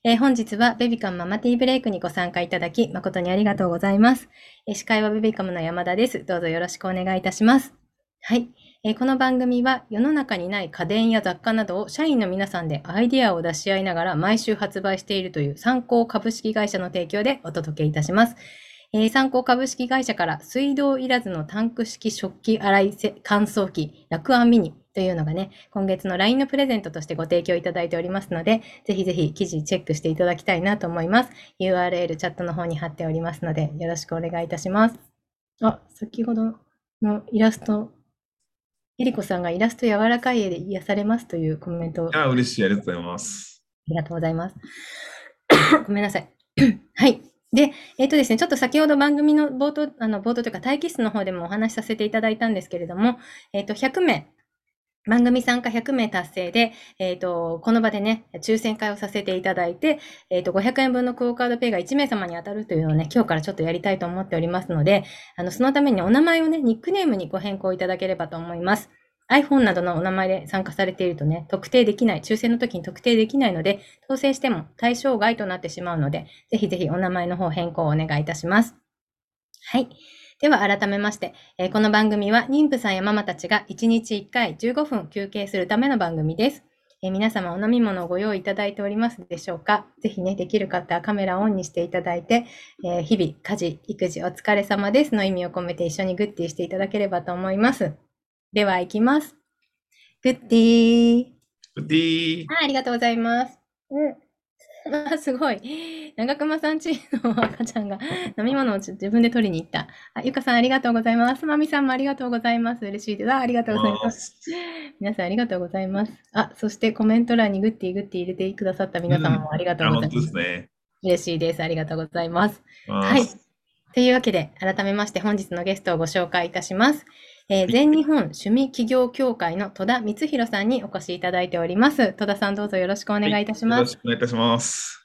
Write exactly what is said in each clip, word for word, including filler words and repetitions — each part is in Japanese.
えー本日はベビカムママティーブレイクにご参加いただき誠にありがとうございます。えー司会はベビカムの山田です。どうぞよろしくお願いいたします。はい、えーこの番組は世の中にない家電や雑貨などを社員の皆さんでアイデアを出し合いながら毎週発売しているという参考株式会社の提供でお届けいたします。えー参考株式会社から水道いらずのタンク式食器洗いせ乾燥機ラクアンミニというのがね、今月の ライン のプレゼントとしてご提供いただいておりますので、ぜひぜひ記事チェックしていただきたいなと思います。ユーアールエル チャットの方に貼っておりますので、よろしくお願いいたします。あ、先ほどのイラスト、えりこさんがイラスト柔らかい絵で癒されますというコメントをああ、嬉しい。ありがとうございます。 りがとうございます。ごめんなさい。はい。で、えっ、とですね、ちょっと先ほど番組の冒頭、あの、冒頭というか待機室の方でもお話しさせていただいたんですけれども、えっ、と、ひゃくめい、番組参加ひゃくめい達成で、えっ、と、この場でね、抽選会をさせていただいて、えっ、と、ごひゃくえんぶんのクオカードペイがいちめいさまに当たるというのをね、今日からちょっとやりたいと思っておりますので、あの、そのためにお名前をね、ニックネームにご変更いただければと思います。iPhone などのお名前で参加されているとね、特定できない、抽選の時に特定できないので、当選しても対象外となってしまうので、ぜひぜひお名前の方変更をお願いいたします。はい。では改めまして、えーこの番組は妊婦さんやママたちがいちにちいっかいじゅうごふん休憩するための番組です。えー皆様お飲み物をご用意いただいておりますでしょうか。ぜひね、できる方はカメラをオンにしていただいて、えー日々家事、育児お疲れ様ですの意味を込めて一緒にグッディしていただければと思います。では行きます。グッディー。 うてぃー。 あ、ありがとうございます。うんあ、すごい。長熊さんちの赤ちゃんが飲み物をちょ自分で取りに行った。あ、ゆかさんありがとうございます。まみさんもありがとうございます。嬉しいです。あ、ありがとうございます。 ます。 皆さんありがとうございます。あ、そしてコメント欄にグッティグッティ入れてくださった皆様うん。 もありがとうあ、本当でございます。 すね。 嬉しいです。ありがとうございます。はい。 ます。 というわけで、改めまして本日のゲストをご紹介いたします。えーはい。 全日本趣味企業協会の戸田光弘さんにお越しいただいております。戸田さんどうぞよろしくおはい。 願いいたしよろます。 しくお願いいたします。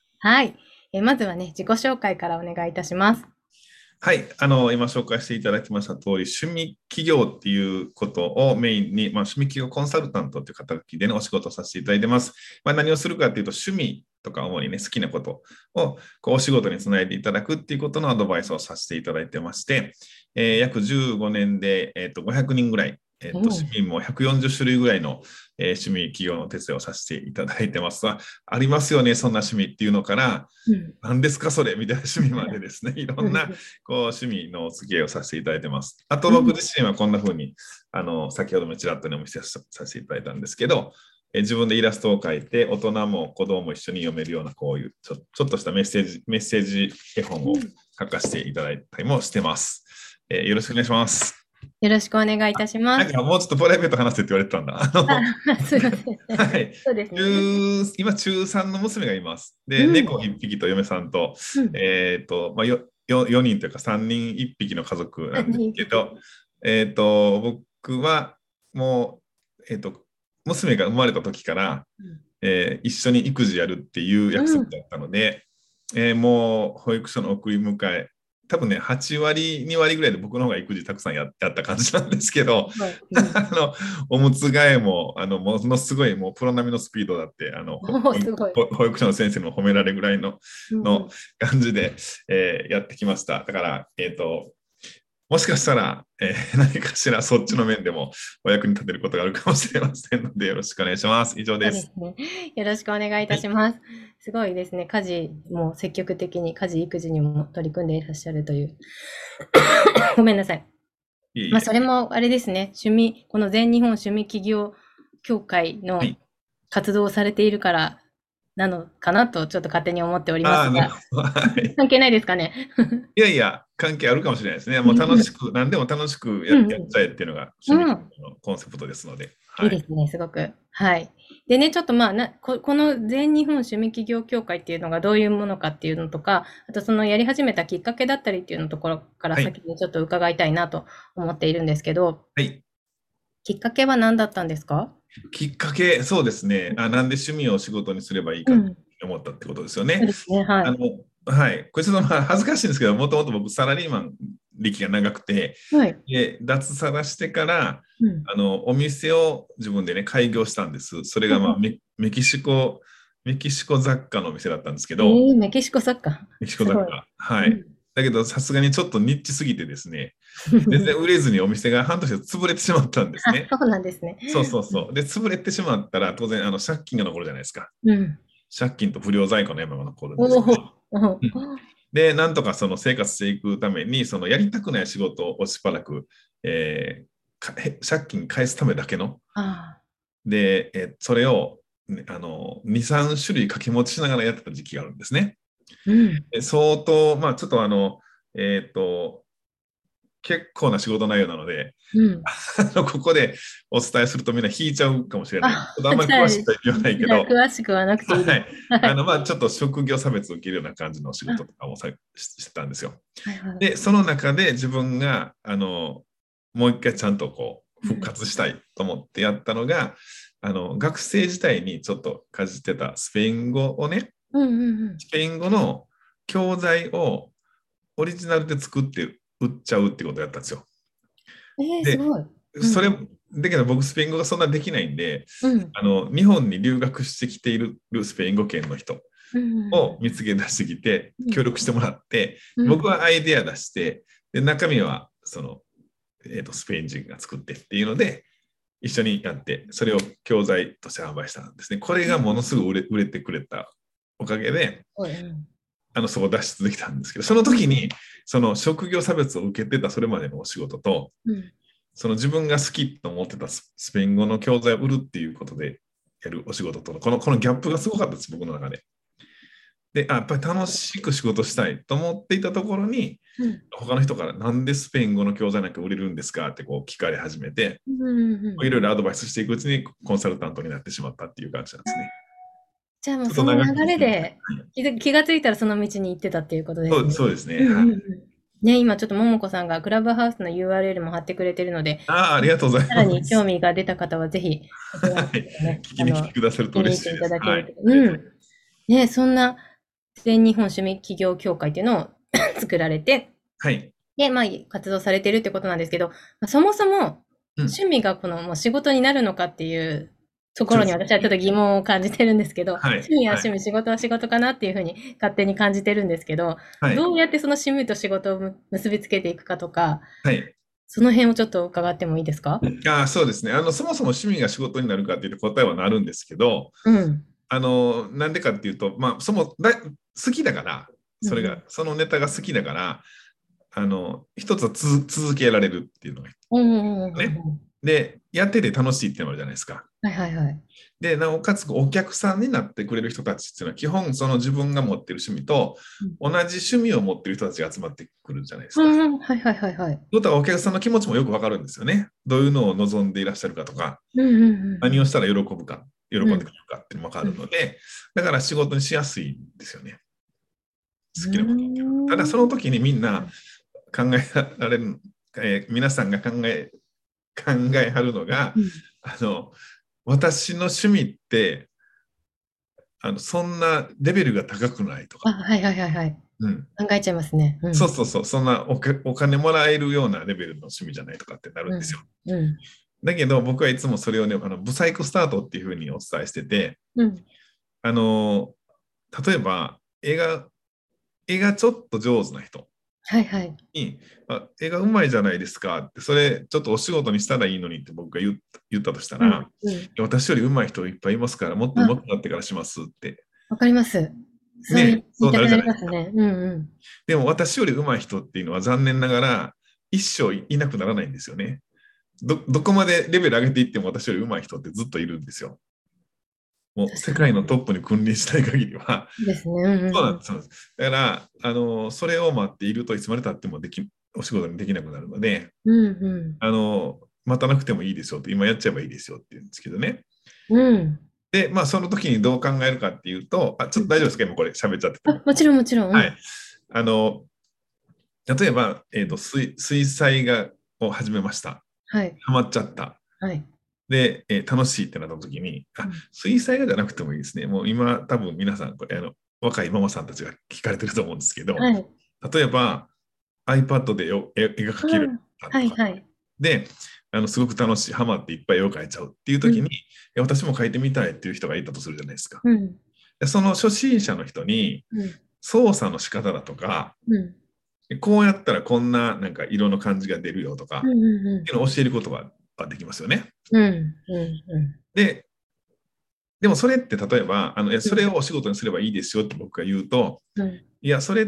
はい。えーまずはね、自己紹介からお願いいたします。 はい。あの、今紹介していただきました通り、趣味企業っていうことをメインに、まあ、趣味企業コンサルタントっていう肩書きでね、お仕事をさせていただいてます。まあ、何をするかっていうと、趣味とか主にね、好きなことをこうお仕事につないでいただくっていうことのアドバイスをさせていただいてまして、えー約じゅうごねんで、えーと、ごひゃくにんぐらい、えーと、 お市民もひゃくよんじゅっしゅるいぐらいの、えー趣味企業の手伝いをさせていただいてますが、ありますよね、そんな趣味っていうのから、 うん。 何ですかそれみたいな趣味までですね、いろんなうんこう趣味のお付き合いをさせていただいてます。あとうん僕自身はこんな風に、あの、先ほどもちらっとねお見せさせていただいたんですけど、え自分でイラストを描いて、大人も子供も一緒に読めるようなこういうちょちょっとしたメッセージ、メッセージ絵本を書かせていただいたりもしてます。えーよろしくお願いします。 よろしくお願いいたします。 なんかもうちょっとプライベート話せって言われてたんだ。ああ、 のすいません。 はい。 そうですね。 中今、中さんの娘がいます。で、 うん。 猫いっぴきと嫁さんと、 うん。 えっと、まあ、よ、よよにんというかさんにんいっぴきの家族なんです人気。 けど、えっと、僕はもう、えっと、娘が生まれた時から、えー一緒に育児やるっていう約うん。 束だったので、えーもう保育所の送り迎え、多分ね、はち割、に割ぐらいで僕の方が育児たくさんややった感じなんですけど、 はい。うん。 あのおむつ替えもあのものすごいもうプロ並みのスピードだってあのほおお、すごい。 ほ保育所の先生にも褒められるぐらいののうんうん。 感じで、えーやってきました。だから、えっ、と、もしかしたら、えー何かしらそっちの面でもお役に立てることがあるかもしれませんので、よろしくお願いします。以上です。 そうですね。よろしくお願いいはい。 たします。すごいですね。家事も積極的に家事育児にも取り組んでいらっしゃるという。ごめんなさい。まあ、 いえいえ。 それもあれですね。趣味、この全日本趣味企業協会のはい。 活動をされているからなのかなとちょっと勝手に思っておりまああ、なるすが、 ほど。はい。 関係ないですかね。 いやいや、関係あるかもしれないですね。もう楽しうんく、何でも楽しくや、 うんやっちゃえっていうのが趣味うん。 のコンセプトですので。はい。 いいですね、すごく。はい。でね、ちょっとまあ、なここの全日本趣味企業協会っていうのがどういうものかっていうのとか、あとそのやり始めたきっかけだったりっていうのところからはい。 先にちょっと伺いたいなと思っているんですけど、 はい。 きっかけは何だったんですか？ きっかけ、そうですね。あ、なんで趣味を仕事にすればいいかってうん。 思ったってことですよね。 そうですね、はい。 あの、はい。これちょっとまあ恥ずかしいんですけど、もともと僕サラリーマン歴が長くて、 はい。 で、脱サラしてから、 うん。 あの、お店を自分でね、開業したんです。それがまあほうほう。 メ、メキシコメキシコ雑貨のお店だったんですけえど、 ー、メキシコサッカー。 メキシコすごい。 雑貨。はい。 うん。 だけど、さすがにちょっとニッチすぎてですね、全然売れずにお店が半年で潰れてしまったんですあ、 ね。 そうなんですね。 そうそうそう。で、潰れてしまったら、当然、あの、借金が残るじゃないですか。 うん。 借金と不良在庫の山が残るんですけど。 おお。おうんで、なんとかその生活していくために、そのやりたくない仕事をしばらく、えーか借金返すためだけの、 ああ。 で、えそれを、ねあの、に、さん種類掛け持ちしながらやってた時期があるんですね。 うん。 で相当、まあ、ちょっとあの、えっと、結構な仕事内容なので、 うん。 あのここでお伝えするとみんな引いちゃうかもしれない。ちょあ、 っとあんまりじゃあ、 詳しくは言わないけじゃあ、 ど、 詳しくはなくていいです。 はい。 はい。 あの、まあ、ちょっと職業差別を受けるような感じの仕事あ、 とかもさししてたんですよ。 はいはい。 で、その中で自分が、あの、もう一回ちゃんとこう、復うん。 活したいと思ってやったのが、あの、学生時代にちょっとかじってたスペイン語をね、 うんうんうスペイン語の教材をオリジナルで作って売っちゃうってことをやったんですよ。 ん。えー、すで、 ごい。うそれ、 ん。 だけど僕スペイン語がそんなできないんで、 うん。 あの、日本に留学してきているスペイン語圏の人うんを見つけ出してきて、 うん。 協力してもらって、 うん。 僕はアイデア出して、で、中身は、その、えーと、スペイン人が作ってっていうので、一緒にやって、それを教材として販売したんですね。これがものすごく売れ売れてくれたおかげで、 うん。 あの、そこを出し続けたんですけど、そのうん。 時に、その職業差別を受けてたそれまでのお仕事と、 うん。 その自分が好きと思ってたススペイン語の教材を売るっていうことでやるお仕事との、この、このギャップがすごかったです、僕の中で。で、あ、やっぱり楽しく仕事したいと思っていたところに、 うん。 他の人からなんでスペイン語の教材なんか売れるんですかってこう聞かれ始めて、 うんうんうん。 いろいろアドバイスしていくうちにコンサルタントになってしまったっていう感じなんですね。 じゃあもうちょっとその流長く聞きました。 れで気づ気がついたらその道に行ってたっていうことでそう、 すね。 そうですね。はい。 うんうんうん。ね、今ちょっとももこさんがクラブハウスの ユーアールエル も貼ってくれてるので、 ああ、ありがとうございさらに興ます。 味が出た方はぜひ、こちらのはい。 方ね、 聞きに来てあの、 くださると見に行ってい嬉しいです。はい。あただけると。 りがとうごうん。ね、そんな全日本趣味企業協会っていうのを作られて、 はい。 で、まあ、活動されてるってことなんですけど、まあ、そもそもうん。 趣味がこのもう仕事になるのかっていうところにそうですね。 私はちょっと疑問を感じてるんですけど、 はい。 趣味ははい。 趣味、仕事は仕事かなっていうふうに勝手に感じてるんですけど、 はい。 どうやってその趣味と仕事をむ結びつけていくかとか、 はい。 その辺をちょっと伺ってもいいですか？ ああ、そうですね。あの、そもそも趣味が仕事になるかっていうと答えはなるんですけど、 うん。 あの、なんでかっていうと、まあ、そも、だ好きだから、それが、 うんそのネタが好きだから、あの、一つはつ続けられるっていうのがうん。うんうんうんうんね。 うん。 で、やってて楽しいっていうのもあるじゃないですか。 はいはいはい。 で、なおかつお客さんになってくれる人たちっていうのは、基本その自分が持ってる趣味とうん同じ趣味を持ってる人たちが集まってくるじゃないですか。 うんうん、はいはいはいはい。 ということはお客さんの気持ちもよくわかるんですよね。どういうのを望んでいらっしゃるかとか、 うんうんうん何をしたら喜ぶか、喜んうん。うん。 でくれるかっていうのもわかるので、だから仕事にしやすいんですよね。 う好きなことっていうのは。ただそのん。 時にみんな考えられる、えー皆さんが考え、考えはるのが、 うん。 あの、私の趣味ってあのそんなレベルが高くないとあ、 か、 はいはいはいはい。 うん、 考えちゃいますね。うん。 そうそうそう、そんなおかお金もらえるようなレベルの趣味じゃないとかってなるんですよ。 うん。うん。 だけど僕はいつもそれをね、あのブサイクスタートっていうふうにお伝えしてて、 うん。 あの例えば絵が、絵がちょっと上手な人はいはい。 に、あ絵がうまいじゃないですかって、それちょっとお仕事にしたらいいのにって僕が言った言ったとしたうん。 ら、 うん。 私よりうまい人いっぱいいますから、もっとあ、 上手くなってからしますって。 わかります。そう言ね、そうなるじいたくなゃないですか。 りますね。うんうん。 でも私より上手い人っていうのは残念ながら一生いなくならないんですよね。ど、どこまでレベル上げていっても私より上手い人ってずっといるんですよ。もう世確かに。 界のトップに君臨したい限りは。 ですね。うんうんうん。 そうなんです。そうなんです。だから、あの、それを待っているといつまでたってもでき、お仕事にできなくなるので、 うんうあの、待たなくてもいいですよって、今やっちゃえばいいですよって言うんですけどね。 ん。うん。 で、まあ、その時にどう考えるかっていうと、あ、ちょっとうん。 大丈夫ですか今これ喋っちゃっててあ、 も。 もちろんもちろん。うはい。 ん。 あの、例えば、えっと、 うん。 水、水彩画を始めました。 はい。 ハマっちゃった。 はい。 で、えー楽しいってなった時に、あ、 うん。 水彩画じゃなくてもいいですね。もう今、多分皆さん、これ、あの、若いママさんたちが聞かれてると思うんですけど、 はい。 例えば、iPad でよ絵絵が描けるうん。はとか、 いはい。 で、あの、すごく楽しい、ハマっていっぱい絵を描いちゃうっていううん。 時に、私も描いてみたいっていう人がいたとするじゃないですか。 うん。 その初心者の人にうん。 操作の仕方だとか、 うん。 こうやったらこんななんか色の感じが出るよとか、 うんうんうっていうのを教えることができますよね。 ん。うん。うん。 で、でもそれって例えば、あの、 うん。 それをお仕事にすればいいですよって僕が言うと、 うん。 いや、それって、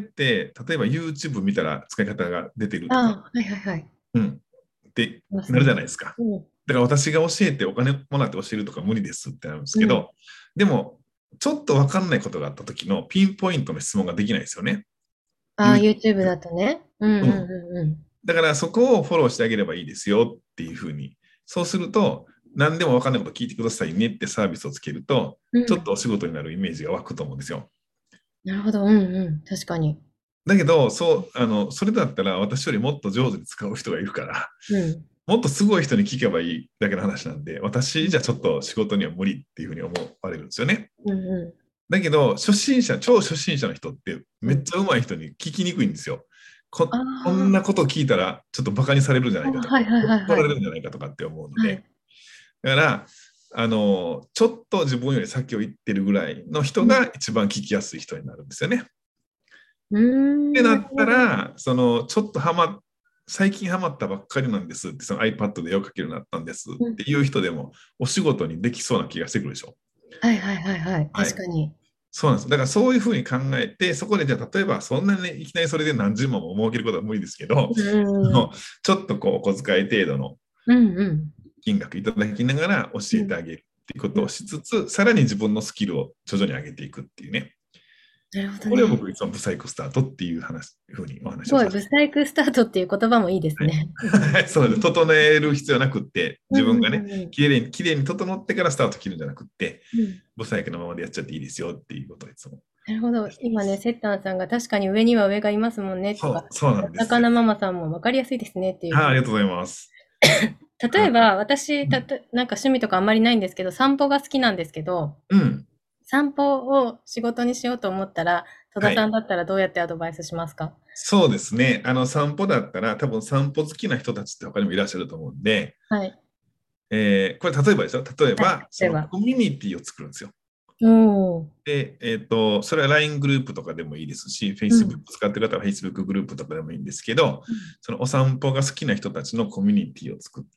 例えば YouTube 見たら使い方が出てるとか、 ああ、はいはいはい。 うん、ってなるじゃいますね。 ないですか。 うん。 だから私が教えてお金もらって教えるとか無理ですってなるんですうん。 けど、でも、ちょっと分かんないことがあった時のピンポイントの質問ができないですよね。 ああ、 YouTube YouTube だとね。うんうんうん。 うんうん。 だからそこをフォローしてあげればいいですよっていうふうに。そうすると、何でも分かんないこと聞いてくださいねってサービスをつけると、 うん。 ちょっとお仕事になるイメージが湧くと思うんですよ。 なるほど。うんうん。確かに。 だけど、そう、あの、それだったら私よりもっと上手に使う人がいるから、 うん。 もっとすごい人に聞けばいいだけの話なんで、私じゃちょっと仕事には無理っていうふうに思われるんですよね。 うんうだけど、初心者、超初心者の人ってん。うん。 めっちゃ上手い人に聞きにくいんですよ。こ、こんあなこと聞いたらちょっとバカにされるんじゃなあ、 いかとか、 はいはいはいはい。 怒られるんじゃないかとかって思うので、 はい。 だから、あの、ちょっと自分より先を行ってるぐらいの人うん。 が一番聞きやすい人になるんですよね。っうーん、なるてなったほど。 ら、その、ちょっとハマ、最近ハマったばっかりなんですって、その iPad で絵を描けるようになったんですうん。 っていう人でも、お仕事にできそうな気がしてくるでしょ。 はいはいはいはい。 はい。 確かに。 そうなんです。だからそういうふうに考えて、そこでじゃあ例えばそんなにね、いきなりそれで何十万も儲けることは無理ですけど、 うんうん。 ちょっとこうお小遣い程度のうんうん。 金額いただきながら教うん。 えてあげるっていうことをうん。 しつつ、さらに自分のスキルを徐々に上げていくっていうね。 なるほどこれをね。 僕いつもブサイクスタートっていう話、ふうにおすごい、 話をさせて。 ブサイクスタートっていう言葉もいいですはい。 ね。うん。 そうです。整える必要なくって、 うんうん自分がね、 うんうん。 きれいに、きれいに整ってからスタート切るんじゃなくって、 うん。 ブサイクのままでやっちゃっていいですよっていうことをいつもなるほど。今ね、 してます。 セッタンさんが確かに上には上がいますもんねとか、 そう、そうなおんですよ。 魚ママさんも分かりやすいですねっていうはい、あふうに。 りがとうございます。はい。 例えば、私、たとなんか趣味とかあんまりないんですけど、散歩が好きなんですけど、 うん。 散歩を仕事にしようと思ったら、戸田はい。 さんだったらどうやってアドバイスしますか？ そうですね。あの、散歩だったら、多分散歩好きな人たちって他にもいらっしゃると思うんで、 はい。 えーこれ例えばですよ。例えはい。 ば、そ例えば。 のコミュニティを作るんですよ。 おー。 で、えっと、それは ライン グループとかでもいいですし、 う Facebook ん。 使ってる方は Facebook グループとかでもいいんですけど、 うん。 そのお散歩が好きな人たちのコミュニティを作って、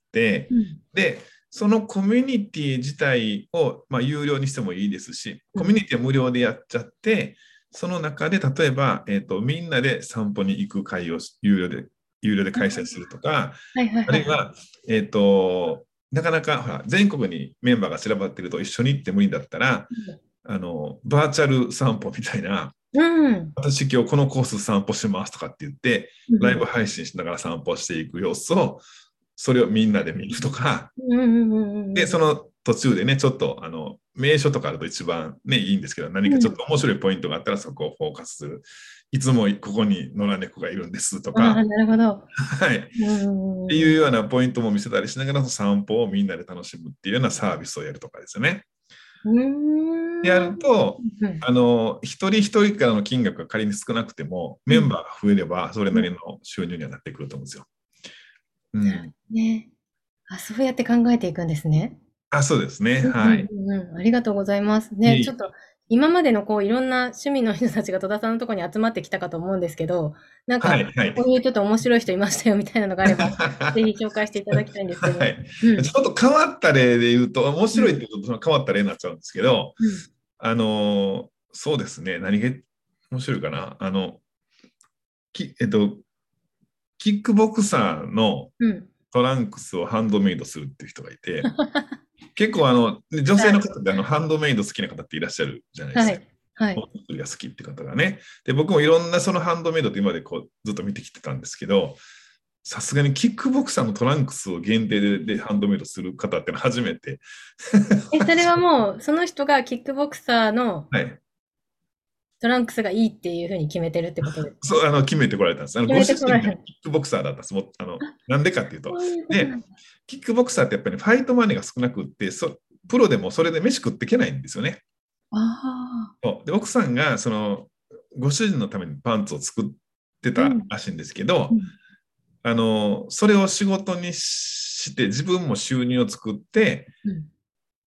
うん。 で、そのコミュニティ自体を、まあ、有料にしてもいいですし、 うん。 コミュニティは無料でやっちゃって、その中で例えば、えっと、みんなで散歩に行く会を有料で、有料で開催するとか、 はいはいはいはい。 あるいは、えっと、なかなかほら全国にメンバーが散らばっていると一緒に行ってもいいんだったら、あの、バーチャル散歩みたいな、 うん。うん。 私今日このコース散歩しますとかって言って、ライブ配信しながら散歩していく様子を、それをみんなで見るとか、 うんうんうんうで、 んうん。 その途中でね、ちょっと、あの、名所とかあると一番ね、いいんですけど、何かちょっうん。 と面白いポイントがあったらそこをフォーカスする。いつもここに野良猫がいるんですとか、 ああ、なるほど。 はい。っうんてうんうん。 いうようなポイントも見せたりしながら散歩をみんなで楽しむっていうようなサービスをやるとかですよね。 うーん。 やると、 うん。 あの、一人一人からの金額が仮に少なくても、 うん。 メンバーが増えれば、それうん。 なりの収入にはなってくると思うんですよ。うなるほん。 どね。あ、そうやって考えていくんですね。 あ、そうですね。 うんうはい。 んうんうん。ありがとうございます。ね、ちょっいい。 と今までのこういろんな趣味の人たちが戸田さんのところに集まってきたかと思うんですけど、なんか、 はい、はい。 こういうちょっと面白い人いましたよみたいなのがあれば、ぜひ紹介していただきたいんですけど。 はい。 うん。 ちょっと変わった例で言うと、面うん。 白いって言うとその変わった例になっちゃうんですけど、 うん。 あの、そうですね。何が面白いかな。あの、き、えっと、キックボクサーのうん。 トランクスをハンドメイドするっていう人がいて、結構あの、女性はい。 の方であのハンドメイド好きな方っていらっしゃるじゃないですか。 はい。はい。 ものづくりが好きって方がね。で、僕もいろんなそのハンドメイドって今までこうずっと見てきてたんですけど、さすがにキックボクサーのトランクスを限定で、でハンドメイドする方ってのは初めて。 え、それはもう、その人がキックボクサーのはい。 トランクスがいいっていうふうに決めてるってことですか？ そう、あの、決めてこられたんです。あの、 決めてご主こない。 人がキックボクサーだったんです。もうあの、なんでかっていうと。 そういうことなで、 んだ。 キックボクサーってやっぱりファイトマネーが少なくって、そプロでもそれで飯食っていけないんですよね。 ああ。 そうで、奥さんが、その、ご主人のためにパンツを作ってうん。 たらしいんですけど、 うん。 あの、それを仕事にして、自分も収入を作って、 うん。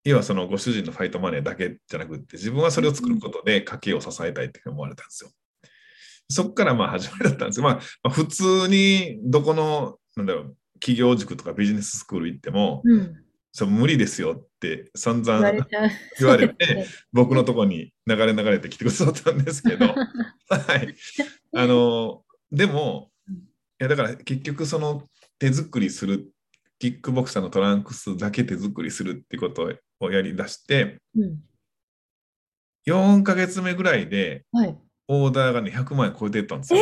要はそのご主人のファイトマネーだけじゃなくって、自分はそれを作ることで家計を支えたいって思われたんですよ。そこからまあ始まりだったんですよ。まあ、まあ、普通にどこの、なんだろう、企業塾とかビジネススクール行っても、 うん。 そ無理ですよって散言わ 々 れちゃう。 言そうわれて、 ですね。 僕のところに流れ流れてきてくださったんですけど、はい。あの、でも、いやだから結局その手作りする、キックボクサーのトランクスだけ手作りするってことをやり出して、 うん。 よんかげつめぐらいではい。 オーダーがね、ひゃくまん円超えていったんです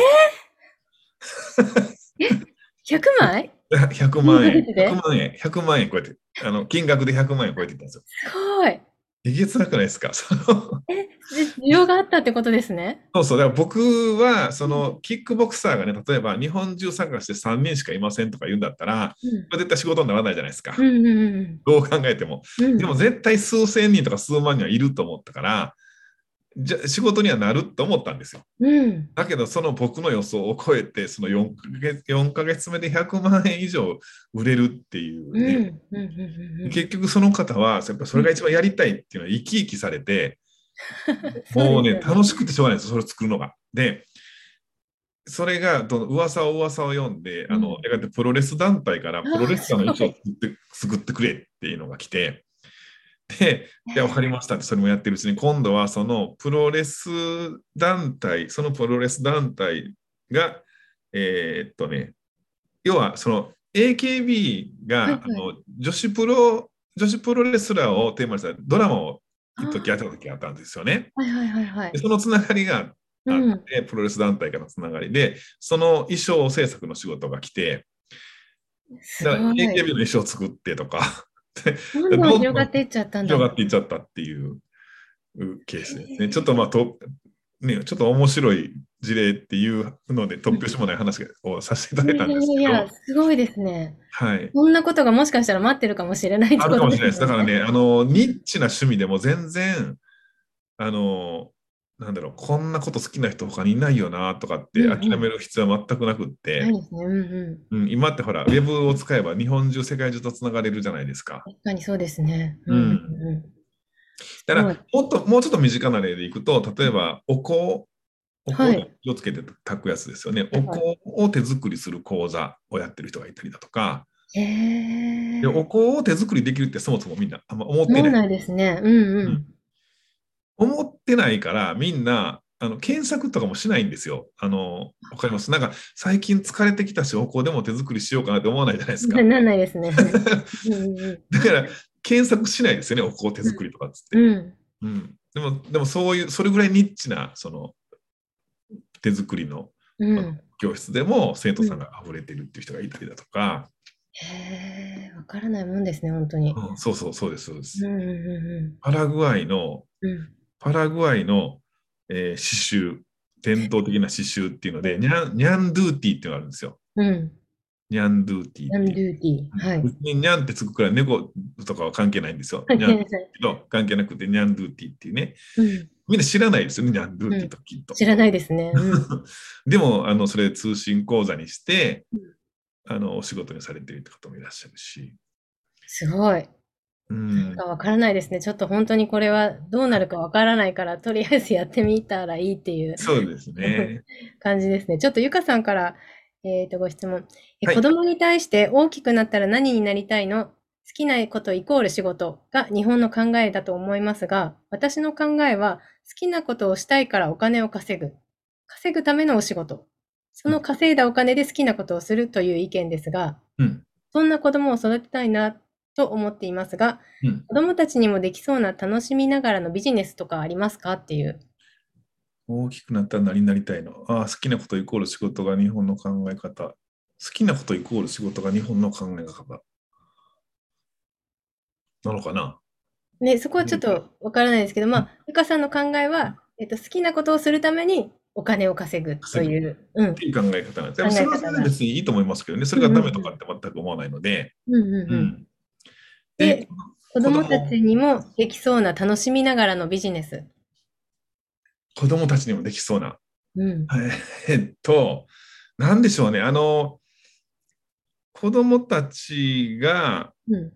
えよ。 ー、え、ひゃくまい？ ひゃくまん ?に ヶ円、100 月で？ 万円、ひゃくまん円超えて、あの、金額でひゃくまん円超えていったんですよ。 すごい。 えげつなくないですか？そのえ、で、需要があったってことですね。 そうそう、だから僕は、そうん。 のキックボクサーがね、例えば日本中参加してさんにんしかいませんとか言うんだったら、 うん。 これ絶対仕事にならないじゃないですか。 うんうんどう考えても。 うん。 でも絶対数千人とか数万人はいると思ったから、じゃ仕事にはなると思ったんですよ。 うん。うん。 だけど、その僕の予想を超えて、そのよんかげつ、よんかげつめでひゃくまん円以上売れるっていううん。 ね。 うん。うん。 結局その方は、やっぱそうん。 れが一番やりたいっていうのは生き生きされて、 そうもうね、 ですよね。 楽しくてしょうがないんですよ、それを作るのが。で、それが、どの噂を噂を読んで、あの、 うん。 やがてプロレス団体からプロレああ、 スラーの衣装をすごい。 作って、作ってくれっていうのが来て、で、で、わかりましたって、それもやってるうちに、今度はそのプロレス団体、そのプロレス団体が、えーっとね、要はその エーケービー があはいはい。 の女子プロ、女子プロレスラーをテーマにしたドラマをあ一時やったあ、 時があったんですよね。 はいはいはいはで、 い。 そのつながりがうん。 あって、プロレス団体からのつながりで、その衣装制作の仕事が来て、 すごだからい。 エーケービー の衣装を作ってとか、 どんでどん広がどんどんっていっちゃったんだ。 広がっていっちゃったっていうケースですね。ちょっとまあへえ。 と、ね、ちょっと面白い事例っていうので、突拍子もない話をさせていただいたんいやいですけど、 やいや、すごいですね。 はい。 そんなことがもしかしたら待ってるかもしれないってあることでかもしれないです。 すもんね。 だからね、あの、ニッうん。 チな趣味でも全然、あの、なんだろう、こんなこと好きな人他にいないよなとかってうんうん。 諦める必要は全くなくって、 ないですね。うんうん。 うん、今ってほら、ウェブを使えば日本中、世界中とつながれるじゃないですか。 確かにそうですね。うんうんうん。 うん。すごい。 だから、もっと、もうちょっと身近な例でいくと、例えば、お香、お香にはい。 気をつけて炊くやつですよね。お香はい。 を手作りする講座をやってる人がいたりだとか、 へで、おえ。 香を手作りできるってそもそもみんなあんま思ってない。 思わないですね。うんううん、 ん。 思ってないから、みんな、あの、検索とかもしないんですよ。あの、わかります。なんか、最近疲れてきたし、お香でも手作りしようかなって思わないじゃないですな、 か。 なんないですね。うんうんうん。 だから、検索しないですよね、お香手作りとかっつって。 うん。 うん。でも、でもそういう、それぐらいニッチな、その、手作りのあのうん。 教室でも生徒うん。 さんが溢れてるっていう人がいたりだとか、 へえ、わからないもんですね、本当に。 うん、そうそう、そうです、そうでうんす。 うんうんパラグアイの、 うん。うん。 パラグアイの、えー刺繍、伝統的な刺繍っていうので、 うん。 ニャン、ニャンドゥーティーっていうのがあるんですよ。 うん。 ニャンドゥーティーっていう。 ヤンドゥーティー。はい。 別にニャンってつくくらい猫とかは関係ないんですよ。 関ニャンけ係ない。 ど関係なくて、ニャンドゥーティーっていうね。 うん。 みんな知らないですよね、ニャンドゥーうん。 ティーときっと。 知らないですね。うん。 でも、あの、それ通信講座にして、 うん。 あの、お仕事にされているって方もいらっしゃるし。 すごい。 うなんん。 かわからないですね。ちょっと本当にこれはどうなるかわからないから、とりあえずやってみたらいいっていうそうですね。 感じですね。ちょっとゆかさんから、えっと、ご質問。え、 はい。 子供に対して大きくなったら何になりたいの？好きなことイコール仕事が日本の考えだと思いますが、私の考えは好きなことをしたいからお金を稼ぐ。稼ぐためのお仕事。そうん。 の稼いだお金で好きなことをするという意見ですが、 うん。 そんな子供を育てたいなと思っていますが、 うん。 子供たちにもできそうな楽しみながらのビジネスとかありますかっていう。 大きくなったら何になりたいの？ああ、好きなことイコール仕事が日本の考え方。好きなことイコール仕事が日本の考え方なのかな？ ね、そこはちょっうん。 とわからないですけど、まあ、ゆかさんの考えは、えっと、好きなことをするためにお金を稼ぐと稼ぐっいう、うん、 ていう考え方なんです。で考もそれはそれでえ方が。 別にいいと思いますけどね。それうんうんがダメとかって全く思わないので。 うん。うんうんうん。 うん。で、 で、子供たち子供、 にもできそうな楽しみながらのビジネス。 子供たちにもできそうな。 うん。 えっと、なんでしょうね。あの、子供たちが、 うん。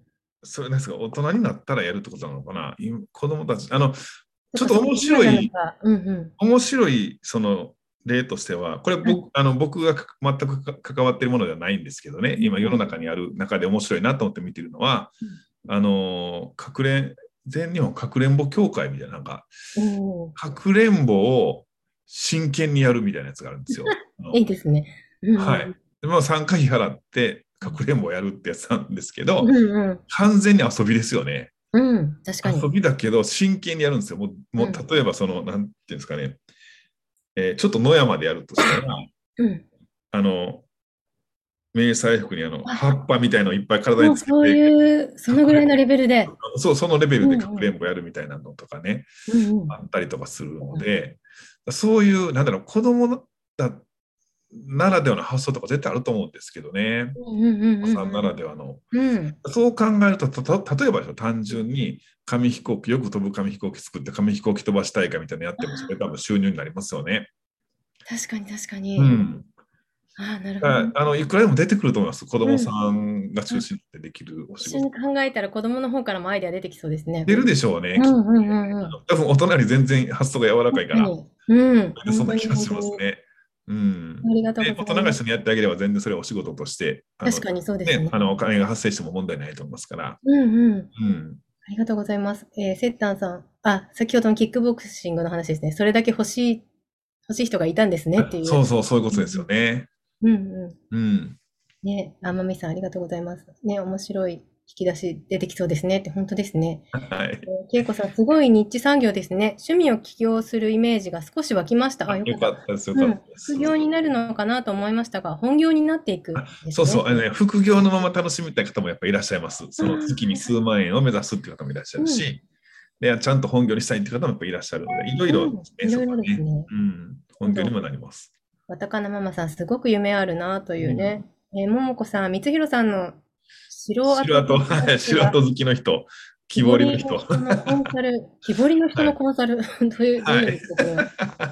それなんですか、大人になったらやるってことなのかな。今子供たち、あの、ちょとか、そのっと面今なの白い、 か。うんう面白い、その、例としては、これん。はい。 僕、あの僕がか全くか関わっているものではないんですけどね、今世の中にある中で面白いなと思って見てるのは、あの、かくれん、全日本かくれんぼ協会みたいな、なんか、 おー。 かくれんぼを真剣にやるみたいなやつがあるんですよ。あのいいですね。うんうん。 はい。でまあ、参加費払って、かくれんぼをやるってやつなんですけど、 うんうん。 完全に遊びですよね。 うん。確かに。 遊びだけど、真剣にやるんですよ。もう、もううん。 例えば、その、なんていうんですかね、えーちょっと野山でやるとしたら、 うん。 あの、迷彩服にあの葉あ、 っぱみたいのをいっぱい体にもうそうつけて、 いう、そかくれんぼ、 のぐらいのレベルで。 そう、そのレベルでかくうんうん。 れんぼやるみたいなのとかね、 うんうん。 あったりとかするので、そういう、なんだろう、子供だならではの発想とか絶対あると思うんですけどね。 うんうんうんお子さんなうんらではの。 うん。うん。 そう考えると、たと例えばでしょ単純に紙飛行機、よく飛ぶ紙飛行機作って紙飛行機飛ばしたいかみたいなのやっても、それ多分収入になりますよね。 確かに確かに。 うん。 ああ、なるほどね。 ああの、いくらでも出てくると思います。子供さうん。 んが中あ、 心でできるお仕事。 一緒に考えたら子供の方からもアイデア出てきそうですね。 出るでしょうね、きっとうんうんうんうん。 多分大人より全然発想が柔らかいから、 確かに。うん。 そ本当にんな気がし本当に。 ますね。うん。 ありがとうで、 ございます。 大人が一緒にやってあげれば全然それはお仕事として、あの、 確かにそうですね、 ね。 あの、お金が発生しても問題ないと思いますから。 うんうん。 うん。 ありがとうございます。えー、セッタンさん。あ、先ほどのキックボクシングの話ですね。それだけ欲しい、欲しい人がいたんですねっていう。 そうそう、そういうこうんとですよね。 うん。うんううん。 ん。ね、あまみさんありがとうございます。ね、面白い引き出し出てきそうですねって、本当ですね。 はい。 えー、けいこさん、すごいニッチ産業ですね。趣味を起業するイメージが少し湧きました。あ、 あ、よよかった。 かったです、よかうん。 ったです。 副業になるのかなと思いましたが、本業になっていくあ、 んですね。 そうそう、あのね、副業のまま楽しみたい方もやっぱりいらっしゃいます。 ああ、 その月にはいはい。 数万円を目指すっていう方もいらっしゃるうん。 し、で、ちゃんと本業にしたいっていう方もやっぱりいらっしゃるので、いろいろうん。 ですね、 いろいそこはね。 ろですね。 うん。本業になるほど。 もなります。 わたかなママさん、すごく夢あるなとうん。 いうね。えー、ももこさん、みつひろさんの城跡好白跡、 きのはい、 人が、 白跡好きの人、木彫りの木彫りの人。 人のコンサル、木彫りの人はい。 のコンサル、どういう、どういうはい。 意味ですか、これは。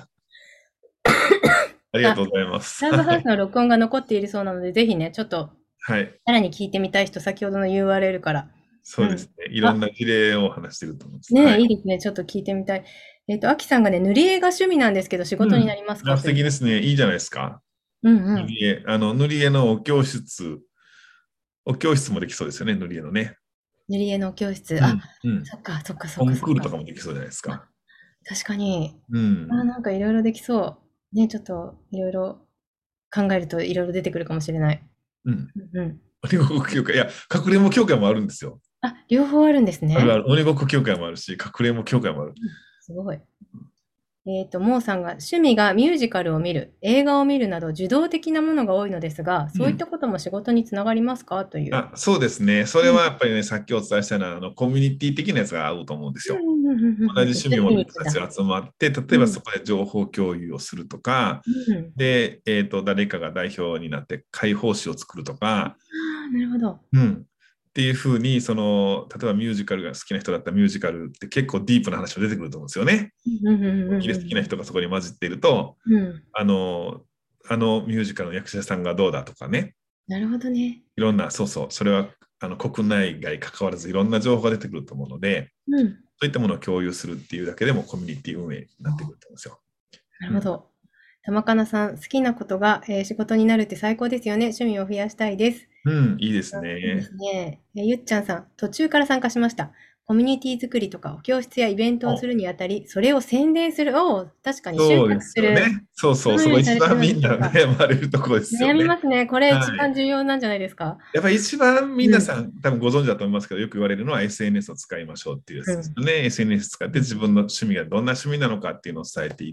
ありがとあ、 うございます。 ライブハウスはい。 の録音が残っているそうなので、ぜひね、ちょっと、 はい。 さらに聞いてみたい人、先ほどの ユーアールエル から。うん。 そうですね。いろんあ、 な事例を話していると思います。はねえ、いいい。 ですね。ちょっと聞いてみたい。えっと、アキさんがね、塗り絵が趣味なんですけど、仕事になうん。 りますあ、素かという。 敵ですね。いいじゃないですか。 うんうん。 塗り絵。あの、塗り絵のお教室、お教室もできそうですよね。塗り絵のね。 塗り絵の教室。あ、 うん。うん。 そっか、そっか、そっか、 コンクールとそっか。 かもできそうじゃないですあ、 か。 確かに。 うあ、 ん。 なんかいろいろできそう。ね、ちょっといろいろ考えるといろいろ出てくるかもしれない。 うん。 うんうん。 鬼ごっこ協会。いや、かくれんぼ協会もあるんですよ。 あ、両方あるんですね。 あるある。鬼ごっこ協会もあるし、かくれんぼ協会もある。 うん、すごい。えっと、モーさんが趣味がミュージカルを見る、映画を見るなど受動的なものが多いのですが、そういったうん。 ことも仕事につながりますかという。 あ、そうですね。それうん。 はやっぱりね、さっきお伝えしたような、あの、コミュニティ的なやつが合うと思うんですよ。 うんうんうんうんうんうん。 同じ趣味を持っ一緒に見に行くんだ。 た人たちが集まって、例えうん。 ばそこで情報共有をするとか、 うん。 で、えっと、誰かが代表になって会報誌を作るとか、 ああ、なるほど。 うん。っていうふうに、その、例えばミュージカルが好きな人だったらミュージカルって結構ディープな話も出てくると思うんですよね。 うんうんうんうん本気で好きな人がそこに混じっていると、 うん。うん。 あの、あのミュージカルの役者さんがどうだとかね、 なるほどね。 いろんな、そうそう、それはあの国内外関わらずいろんな情報が出てくると思うので、 うん。 そういったものを共有するっていうだけでもコミュニティ運営になってくると思うんですよ。うん。 なるほど。玉かなさん、好きなことが、えー仕事になるって最高ですよね。趣味を増やしたいです。 うん、いいですいいですね。 ね。えーゆっちゃんさん、途中から参加しました。コミュニティ作りとか、お教室やイベントをするにあたり、それを宣伝する、おー確かに集そうで客する。 すよね。そうそう、 どのようにさそこ一れてるので番みんなしょうか。 悩まれるところですよ悩みね。 ますね。これ一はい。 番重要なんじゃないですか。 やっぱり一番うん。 皆さん多分ご存知だと思いますけど、よく言われるのは エスエヌエス を使いましょうっていうやうん。 つですよね。エスエヌエス 使って自分の趣味がどんな趣味なのかっていうのを伝えていって、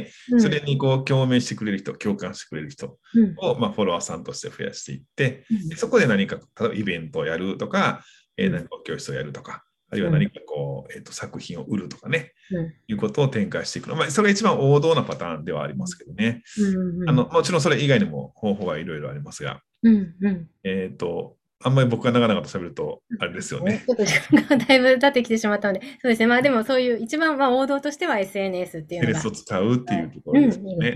うん。 それにこう共鳴してくれる人、共感してくれる人うん。 を、まあ、フォロワーさんとして増やしていって、 うん。 そこで何か例えばイベントをやるとか、えー、 うん。 何か教室をやるとか、あるいうん。 は何かこう、えー、と作品を売るとかね、 うん。 いうことを展開していくの。まあ、それが一番王道なパターンではありますけどね。 うん。うん。 あのもちろんそれ以外にも方法はいろいろありますが、 うん。うん。 えっ、と、あんまり僕が長々と喋ると、あれですよね、 ね。 ちょっと時間がだいぶ経ってきてしまったので、そうですね。まあでもそういう一番、まあ王道としては エスエヌエス っていうのエスエヌエスが、 を使うっていうところですうん、いいですね。 ね。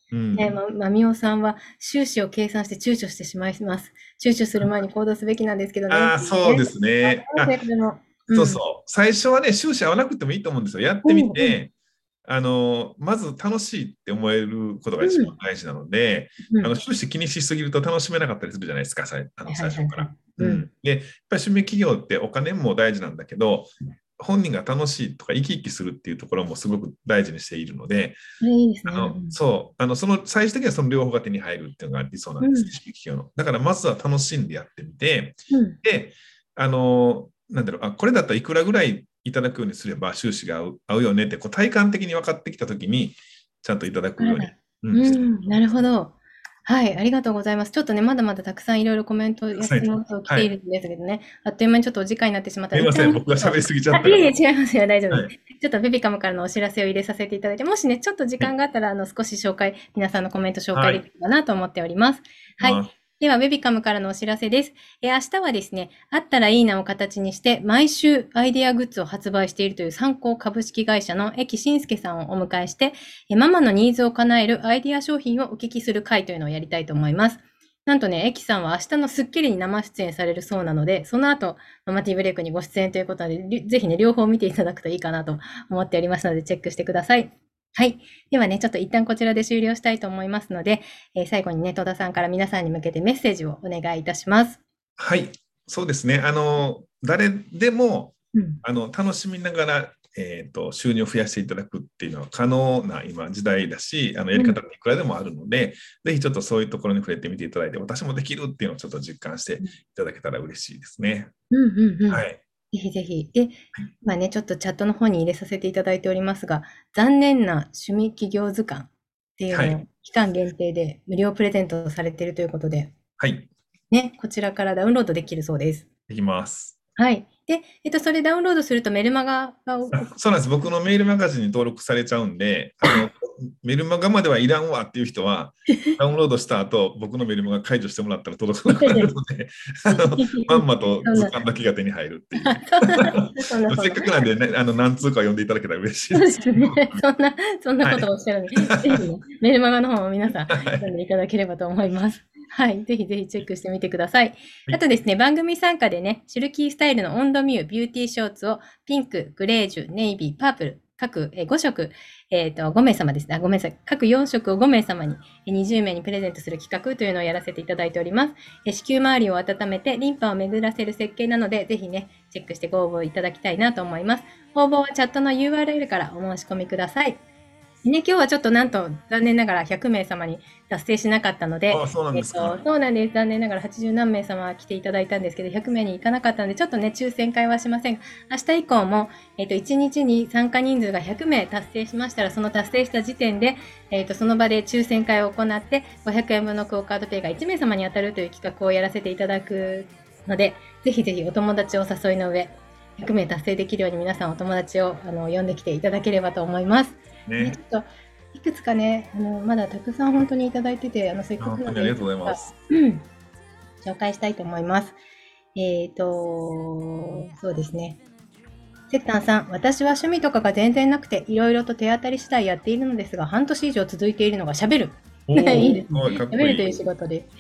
ね、 うん。 ま、まみおさんは収支を計算して躊躇してしまいます。躊躇する前に行動すべきなんですけどね。 ああ、そうね。 ですね。あ、 わかりますね、これも。うん。 そうそう。最初はね、収支合わなくてもいいと思うんですよ。やってみうんうん。 て、あの、まず楽しいって思えることが一番うん。 大事なので、あの、 うん。 収支気にしすぎると楽しめなかったりするじゃないですか、さいあのはいはいはいはい。 最初から。ううん。 ん。で、やっぱり趣味企業ってお金も大事なんだけど、本人が楽しいとか生き生きするっていうところもすごく大事にしているので、 それいいですね。 あの、 うんそう、あの、その、最終的にはその両方が手に入るっていうのが理想なうん。 んですね、 うん。 刺激の。だからまずは楽しんでやってみて、 うん。 で、あの、なんだろう、あ、これだったらいくらぐらいいただくようにすれば収支が合う合うよねって、こう体感的に分かってきたときに、ちゃんといただくように、 わからない。 うん、していくうん、なと思いますね。 るほど。はい、ありがとうございます。ちょっとね、まだまだたくさんいろいろコメントや質問等来はい。 ているんですけどね、あっという間にちょっとお時間になってしまったので、一すみません、 旦ね、ちょっと、 僕が喋りすぎちゃっあ、いえいえ、 たかな。 違いますよ、大丈夫です。 はい。 ちょっとベビカムからのお知らせを入れさせていただいて、もしね、ちょっと時はい。 間があったら、あの、少し紹介皆さんのコメント紹介できはい。 ればなと思っております。はい。 まあ、 では、ベビカムからのお知らせです。えー明日はですね、あったらいいなを形にして、毎週アイデアグッズを発売しているという参考株式会社の駅信介さんをお迎えして、えママのニーズを叶えるアイデア商品をお聞きする会というのをやりたいと思います。なんとね、エキさんは明日のスッキリに生出演されるそうなので、その後、ママティーブレイクにご出演ということで、りぜひね、両方見ていただくといいかなと思っておりますので、チェックしてください。はい。ではね、ちょっと一旦こちらで終了したいと思いますので、えー最後にね、戸田さんから皆さんに向けてメッセージをお願いいたします。 はい。そうですね。あの、誰でも、 うん。 あの、楽しみながら、えっと、収入を増やしていただくっていうのは可能な今時代だし、あの、やりうん。 方っていくらでもあるので、ぜひちょっとそういうところに触れてみていただいて、私もできるっていうのをちょっと実感していただけたら嬉しいですね。 うんうんうん。 はい。 ぜひぜひ。で、今ね、ちょっとチャットの方に入れさせていただいておりますが、残念な趣味企業図鑑っていうはい。 のを期間限定で無料プレゼントされているということで、 はい。 ね、こちらからダウンロードできるそうです。 できます。 はい。で、えっと、それダウンロードするとメルマガがおあ、そうなんです。僕のメールマガジンに登録されちゃうんで、あの、メルマガまではいらんわっていう人は、ダウンロードした後、僕のメルマガ解除してもらったら届かなくなるので、あの、まんまとそんな、 図鑑だけが手に入るっていう。 そんな、そんな、そんな。 せっかくなんでね、あの、何通か読んでいただけたら嬉しいそうでです。 すね。そんな、そんなことをはい。 おっしゃるので、ぜひね、メルマガの方も皆さんはい。 読んでいただければと思います。はい。ぜひぜひチェックしてみてください。 はい。 あとですね、番組参加でね、シルキースタイルのオンドミュー、ビューティーショーツをピンク、グレージュ、ネイビー、パープル、各えーご色、えっと、ご名様ですね。あ、ごめんなさい。各よん色をご名様にえーにじゅう名にプレゼントする企画というのをやらせていただいております。えー子宮周りを温めてリンパを巡らせる設計なので、ぜひね、チェックしてご応募いただきたいなと思います。応募はチャットの ユーアールエル からお申し込みください。ね、今日はちょっとなんと残念ながらひゃく名様に達成しなかったので、 ああ、そうなんえっですか。 と、そうなんです。残念ながらはちじゅう何名様来ていただいたんですけど、ひゃく名に行かなかったので、ちょっとね、抽選会はしませんが、明日以降も、えっと、いちにちに参加人数がひゃく名達成しましたら、その達成した時点で、えっと、その場で抽選会を行って、ごひゃくえんぶんのクオカードペイがいち名様に当たるという企画をやらせていただくので、ぜひぜひお友達をお誘いの上、ひゃく名達成できるように皆さんお友達をあの呼んできていただければと思います。ね、ちね。 ょっといくつかね、あのまだたくさん本当にいただいてて、あのせっかくなので、 本当にありがとうございます。 うん、紹介したいと思います。えっ、と、そうですね。せったんさん、私は趣味とかが全然なくて、いろいろと手当たり次第やっているのですが、半年以上続いているのが喋る。 おいいお、 ですね。 はい、かっこいい。 喋るという仕事です。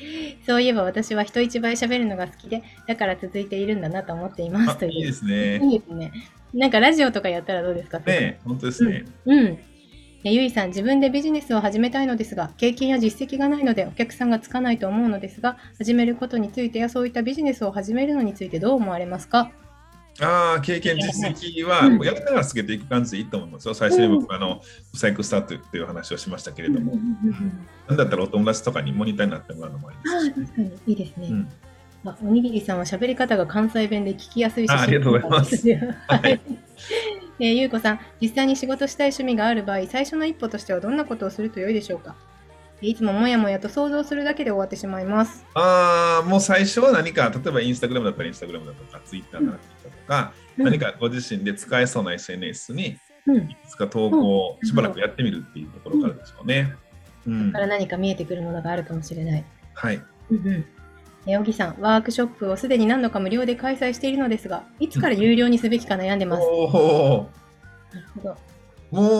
そういえば私は人一倍喋るのが好きで、だから続いているんだなと思っていますあ、 という。 いいですね。 いいですね。なんかラジオとかやったらどうですか、せったん。 ねえ、本当ですね。 うん。うん。えゆいさん、自分でビジネスを始めたいのですが、経験や実績がないのでお客さんがつかないと思うのですが、始めることについてやそういったビジネスを始めるのについてどう思われますか？ ああ、経験、 経験がない。 実績は、 うん。 もうやりながらつけていく感じでいいと思いますよ。最初にうん。 僕、あの、ブサイクスタートっていう話をしましたけれうんうんうんども、うん。 うんなんだったらお友達とかにモニターになってもらうのもいいでうん。ああ、 すし。 確かにいいですね。 うん。 あ、おにぎりさんは喋り方が関西弁で聞きやすいし、 あ、ありがとうございます。 はい。 はい。 えーゆうこさん、実際に仕事したい趣味がある場合、最初の一歩としてはどんなことをすると良いでしょうか？いつももやもやと想像するだけで終わってしまいます。 ああ、もう最初は何か、例えばインスタグラムだったらインスタグラムだとか、ツイッターだったりとか、 うん。 何かご自身で使えそうな エスエヌエス にうん。 いくつか投うん。な稿をしばらくるほど。 やってみるっていうところうん。 からでしょうね。うそこからん。 何か見えてくるものがあるかもしれない。 はい。 うんうん。え、小木さん、ワークショップをすでに何度か無料で開催しているのですが、いつうん。 から有料にすべきか悩んでます。 おお、 なるほど。 もう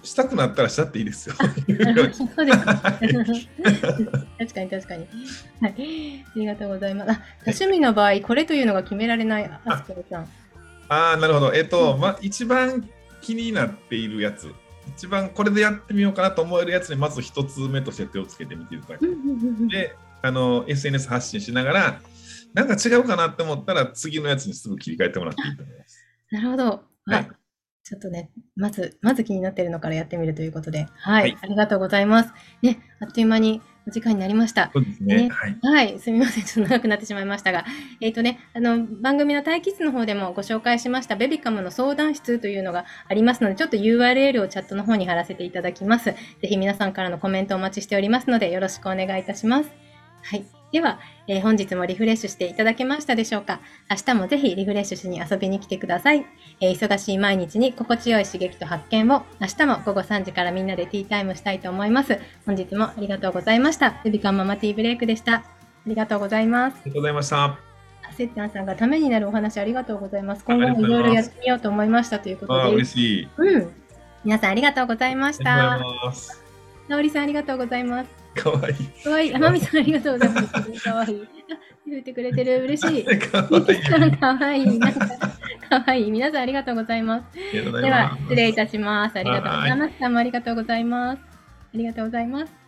したくなったらしちゃっていいですよ。 なるほど、そうですね。 はい確かに確かに。はい。ありがとうございます。あ、多趣味の場合、これというのが決められない、アスカルさん。 ああ、なるほど。えっと、 うんま、一番気になっているやつ、一番これでやってみようかなと思えるやつに、まず一つ目として手をつけてみていただく。 うんうんうんうん。 で、あの、エスエヌエス 発信しながら、なんか違うかなって思ったら、次のやつにすぐ切り替えてもらっていいと思います。 なるほど。あ、 はい。 ちょっとね、まず、まず気になっているのからやってみるということで、ははい。 い、ありがとうございます。ね、あっという間にお時間になりました。 そうですね。 でね、 はい。 はい、すみません、ちょっと長くなってしまいましたが、えっとね、あの、番組の待機室の方でもご紹介しましたベビカムの相談室というのがありますので、ちょっと ユーアールエル をチャットの方に貼らせていただきます。ぜひ皆さんからのコメントお待ちしておりますので、よろしくお願いいたします。はい。では、えー本日もリフレッシュしていただけましたでしょうか。明日もぜひリフレッシュしに遊びに来てください。えー忙しい毎日に心地よい刺激と発見を、明日も午後さんじからみんなでティータイムしたいと思います。本日もありがとうございました。ベビカンママティーブレイクでした。ありがとうございます。 ありがとうございました。 あせってんさんがためになるお話ありがとうございます。 あ今後もいろいろやっりがとうございます。 てみようと思いましたということああ、 で嬉しい。 うん。皆さんありがとうございましありがとうた。 ございます。 かおりさんありがとうございます。 かわいい。 かわいい。あまみさんありがとうございます。かわいい。あ、言ってくれてる。嬉しい。 かわゆきいい。 さんかわいい。なんか、かわいい。皆さんありがとうございます。 ありがとうございでは、 ます。 失礼いたします。ありがとうございはます。さんもありがとうございます。ありがとうございます。